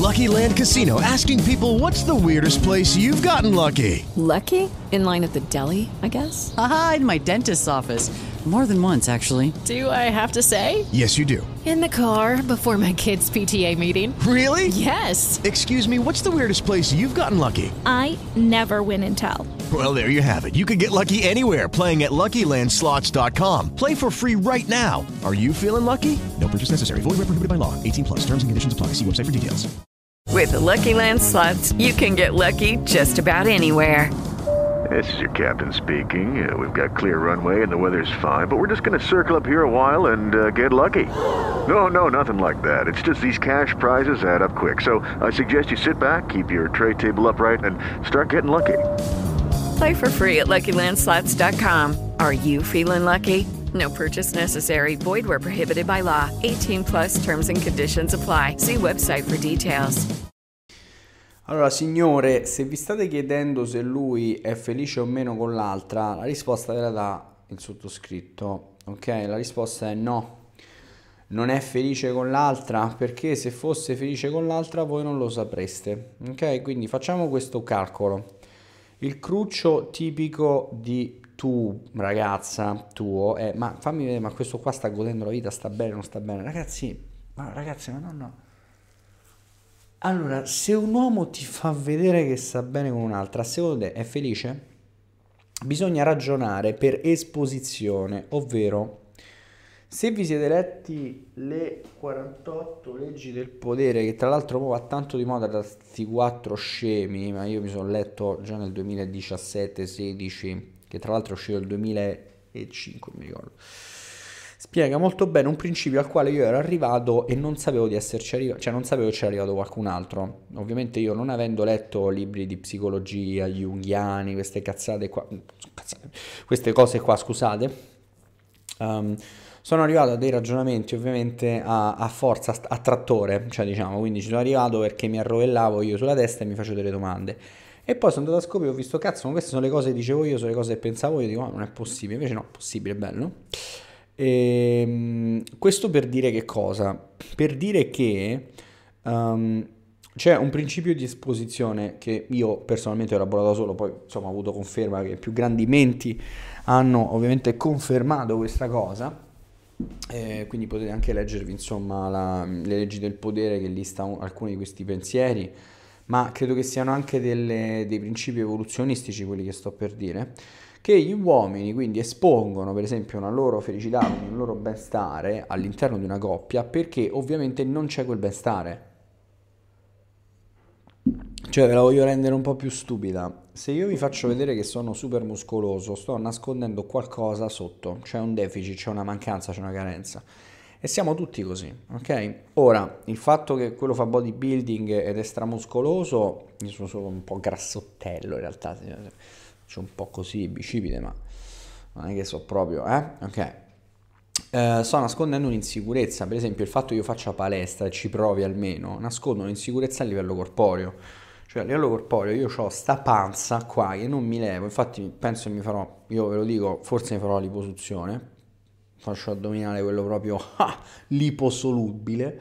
Lucky Land Casino, asking people, what's the weirdest place you've gotten lucky? Lucky? In line at the deli, I guess? Aha, in my dentist's office. More than once, actually. Do I have to say? Yes, you do. In the car before my kids' PTA meeting. Really? Yes. Excuse me, what's the weirdest place you've gotten lucky? I never win and tell. Well, there you have it. You can get lucky anywhere, playing at LuckyLandSlots.com. Play for free right now. Are you feeling lucky? No purchase necessary. Void where prohibited by law. 18 plus. Terms and conditions apply. See website for details. With the Lucky Land Slots, you can get lucky just about anywhere. This is your captain speaking. We've got clear runway and the weather's fine, but we're just going to circle up here a while and get lucky. No, nothing like that. It's just these cash prizes add up quick. So I suggest you sit back, keep your tray table upright, and start getting lucky. Play for free at LuckyLandSlots.com. Are you feeling lucky? No purchase necessary. Void where prohibited by law. 18 plus terms and conditions apply. See website for details. Allora, signore, se vi state chiedendo se lui è felice o meno con l'altra, la risposta ve la dà il sottoscritto, ok? La risposta è no, non è felice con l'altra, perché se fosse felice con l'altra voi non lo sapreste, ok? Quindi facciamo questo calcolo. Il cruccio tipico di tu, ragazza, tuo, è ma fammi vedere, ma questo qua sta godendo la vita, sta bene, non sta bene? Ragazzi, ma no. Allora, se un uomo ti fa vedere che sta bene con un'altra, secondo te è felice? Bisogna ragionare per esposizione, ovvero se vi siete letti le 48 leggi del potere, che tra l'altro va tanto di moda da sti 4 scemi, ma io mi sono letto già nel 2017-16, che tra l'altro è uscito nel 2005, mi ricordo. Spiega molto bene un principio al quale io ero arrivato e non sapevo di esserci arrivato, cioè non sapevo che c'era arrivato qualcun altro. Ovviamente io, non avendo letto libri di psicologia, junghiani, queste cazzate qua, queste cose qua, scusate, sono arrivato a dei ragionamenti ovviamente a forza, a trattore, cioè diciamo, quindi ci sono arrivato perché mi arrovellavo io sulla testa e mi facevo delle domande. E poi sono andato a scoprire, ho visto, cazzo, ma queste sono le cose che dicevo io, sono le cose che pensavo io, dico, non è possibile, invece no, è possibile, è bello. Questo per dire che cosa? Per dire che c'è un principio di esposizione che io personalmente ho elaborato da solo, poi insomma ho avuto conferma che più grandi menti hanno ovviamente confermato questa cosa, quindi potete anche leggervi insomma le leggi del potere che lista alcuni di questi pensieri, ma credo che siano anche dei principi evoluzionistici quelli che sto per dire, che gli uomini quindi espongono per esempio una loro felicità, un loro benstare all'interno di una coppia, perché ovviamente non c'è quel benstare. Cioè, ve la voglio rendere un po' più stupida. Se io vi faccio vedere che sono super muscoloso, sto nascondendo qualcosa sotto, c'è un deficit, c'è una mancanza, c'è una carenza. E siamo tutti così, ok? Ora, il fatto che quello fa bodybuilding ed è stramuscoloso, io sono solo un po' grassottello in realtà, c'è un po' così bicipite, ma non è che so proprio, ok. Sto nascondendo un'insicurezza, per esempio il fatto che io faccia palestra e ci provi almeno, nascondo un'insicurezza a livello corporeo, cioè a livello corporeo io ho sta panza qua che non mi levo, infatti penso che mi farò, io ve lo dico, forse mi farò la liposuzione, faccio addominale quello proprio liposolubile,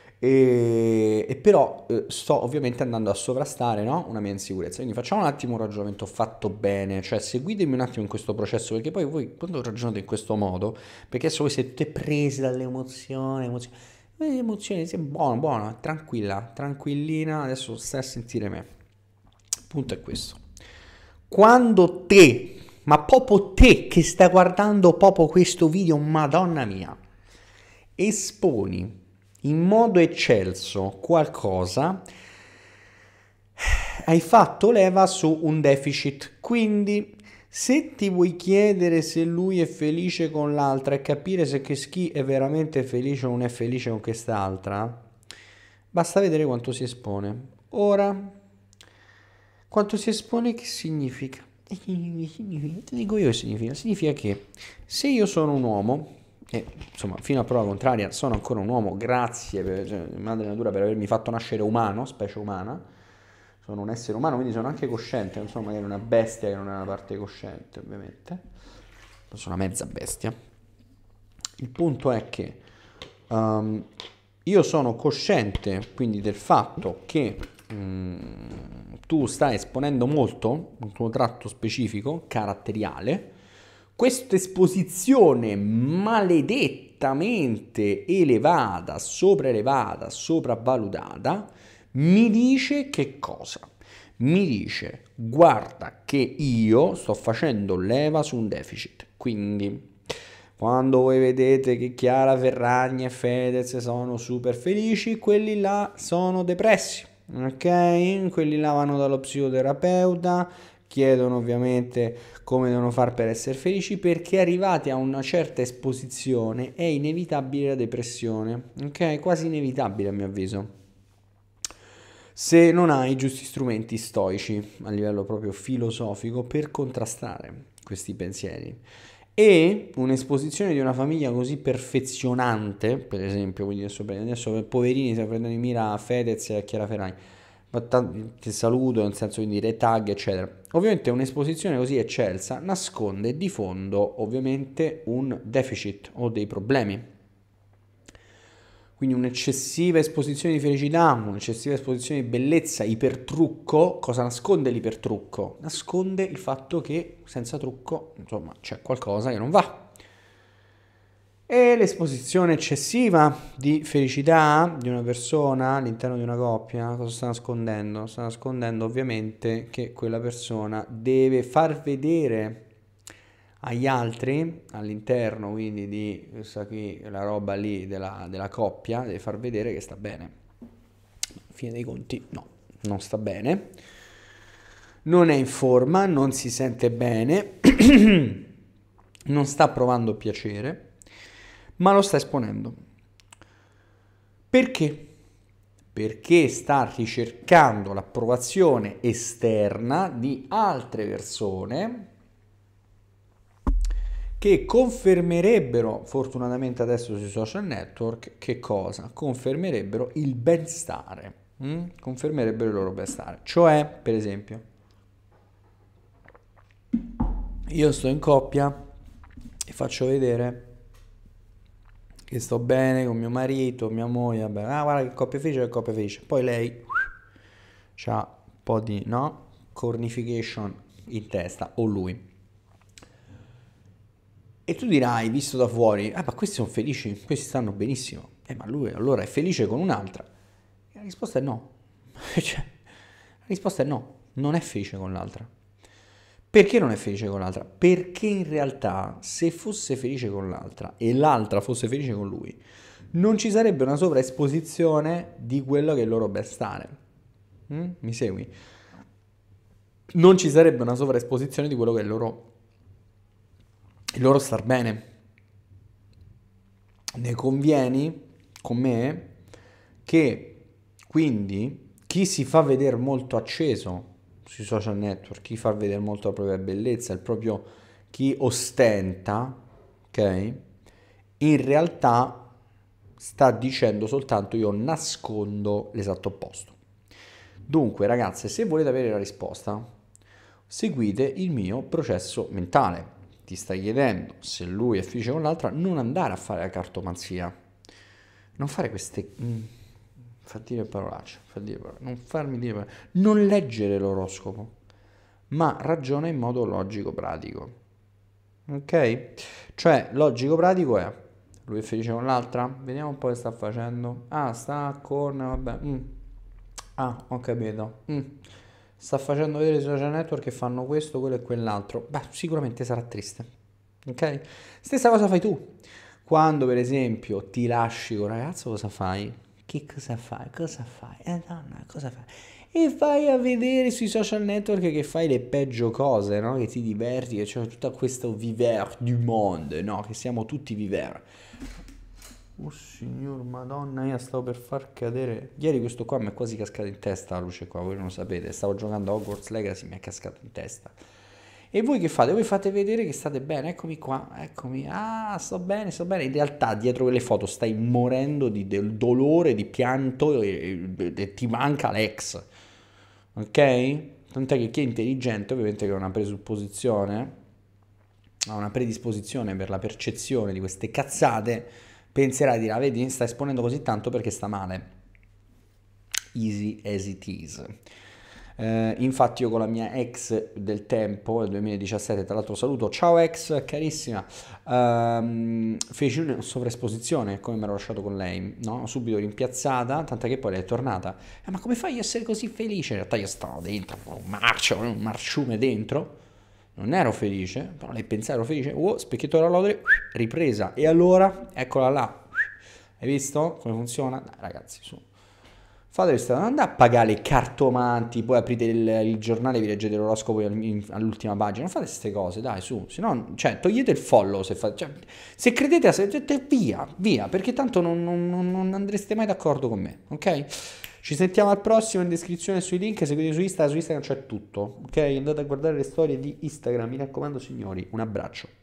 e però sto ovviamente andando a sovrastare, no? Una mia insicurezza. Quindi facciamo un attimo un ragionamento fatto bene, cioè seguitemi un attimo in questo processo, perché poi voi quando ragionate in questo modo, perché adesso voi siete presi dalle emozioni, le emozioni, sì, buono, tranquillina, adesso stai a sentire me. Il punto è questo: quando te, ma proprio te che stai guardando proprio questo video, madonna mia, esponi in modo eccelso qualcosa, hai fatto leva su un deficit. Quindi se ti vuoi chiedere se lui è felice con l'altra e capire se chi è veramente felice o non è felice con quest'altra, basta vedere quanto si espone. Ora, quanto si espone che significa? Ti dico io che significa. Significa che se io sono un uomo, e insomma fino a prova contraria sono ancora un uomo, grazie madre natura per avermi fatto nascere umano, specie umana, sono un essere umano, quindi sono anche cosciente, non sono magari una bestia che non è una parte cosciente, ovviamente sono una mezza bestia. Il punto è che io sono cosciente quindi del fatto che tu stai esponendo molto un tuo tratto specifico, caratteriale, questa esposizione maledettamente elevata, sopravvalutata, mi dice che cosa? Mi dice, guarda che io sto facendo leva su un deficit, quindi quando voi vedete che Chiara Ferragni e Fedez sono super felici, quelli là sono depressi, ok? Quelli là vanno dallo psicoterapeuta, chiedono ovviamente come devono fare per essere felici, perché arrivati a una certa esposizione è inevitabile la depressione, ok? Quasi inevitabile a mio avviso. Se non hai i giusti strumenti stoici a livello proprio filosofico per contrastare questi pensieri. E un'esposizione di una famiglia così perfezionante, per esempio, quindi adesso poverini stiamo prendendo in mira Fedez e Chiara Ferragni, ma ti saluto nel senso di dire tag eccetera. Ovviamente un'esposizione così eccelsa nasconde di fondo ovviamente un deficit o dei problemi. Quindi un'eccessiva esposizione di felicità, un'eccessiva esposizione di bellezza, ipertrucco. Cosa nasconde l'ipertrucco? Nasconde il fatto che senza trucco, insomma, c'è qualcosa che non va. E l'esposizione eccessiva di felicità di una persona all'interno di una coppia, cosa sta nascondendo? Sta nascondendo ovviamente che quella persona deve far vedere agli altri, all'interno quindi di la roba lì della coppia, deve far vedere che sta bene. Fine dei conti, no, non sta bene, non è in forma, non si sente bene, non sta provando piacere, ma lo sta esponendo. Perché? Perché sta ricercando l'approvazione esterna di altre persone che confermerebbero, fortunatamente adesso sui social network, che cosa? Confermerebbero il benstare, confermerebbero il loro benstare. Cioè, per esempio, io sto in coppia e faccio vedere che sto bene con mio marito, mia moglie, vabbè, guarda che coppia felice, che coppia felice. Poi lei c'ha un po' di, cornification in testa, o lui. E tu dirai, visto da fuori, ma questi sono felici, questi stanno benissimo. Ma lui allora è felice con un'altra? E la risposta è no. Cioè, la risposta è no, non è felice con l'altra. Perché non è felice con l'altra? Perché in realtà se fosse felice con l'altra e l'altra fosse felice con lui, non ci sarebbe una sovraesposizione di quello che è il loro benstare. Mi segui? Non ci sarebbe una sovraesposizione di quello che è il loro star bene. Ne convieni con me che quindi chi si fa vedere molto acceso sui social network, chi fa vedere molto la propria bellezza, il proprio chi ostenta, ok? In realtà sta dicendo soltanto io nascondo l'esatto opposto. Dunque, ragazze, se volete avere la risposta, seguite il mio processo mentale. Ti stai chiedendo se lui è felice con l'altra, non andare a fare la cartomanzia, non fare queste non farmi dire parolacce, non leggere l'oroscopo, ma ragiona in modo logico pratico, ok? Cioè logico pratico è: lui è felice con l'altra, vediamo un po' che sta facendo, sta con, vabbè, ho capito, sta facendo vedere i social network che fanno questo, quello e quell'altro. Beh, sicuramente sarà triste, ok? Stessa cosa fai tu. Quando, per esempio, ti lasci con un ragazzo, cosa fai? Che cosa fai? Cosa fai? Donna, cosa fai? E vai a vedere sui social network che fai le peggio cose, no? Che ti diverti, che c'è tutto questo vivere du monde, no? Che siamo tutti vivere. Oh signor Madonna, io stavo per far cadere. Ieri questo qua mi è quasi cascato in testa, la luce qua, voi non lo sapete. Stavo giocando a Hogwarts Legacy, mi è cascato in testa. E voi che fate? Voi fate vedere che state bene, eccomi qua, eccomi. Sto bene. In realtà dietro quelle foto stai morendo del dolore, di pianto e ti manca l'ex. Ok? Tant'è che chi è intelligente, ovviamente, che ha una presupposizione, ha una predisposizione per la percezione di queste cazzate, penserà, dirà, vedi, sta esponendo così tanto perché sta male. Easy as it is. Infatti io con la mia ex del tempo, del 2017, tra l'altro saluto, ciao ex carissima, feci una sovraesposizione come mi ero lasciato con lei, no? Subito rimpiazzata, tant'è che poi lei è tornata, ma come fai a essere così felice? In realtà io stavo dentro, un marciume dentro, non ero felice, però lei pensava ero felice, specchietto dell'orologio, ripresa, e allora, eccola là, hai visto come funziona? Dai ragazzi, su. Fate questa, non andate a pagare i cartomanti, poi aprite il giornale e vi leggete l'oroscopo all'ultima pagina, non fate queste cose, dai, su, se no, cioè, togliete il follow, se credete a via, perché tanto non andreste mai d'accordo con me, ok? Ci sentiamo al prossimo, in descrizione sui link, seguite su Instagram c'è tutto, ok? Andate a guardare le storie di Instagram, mi raccomando signori, un abbraccio.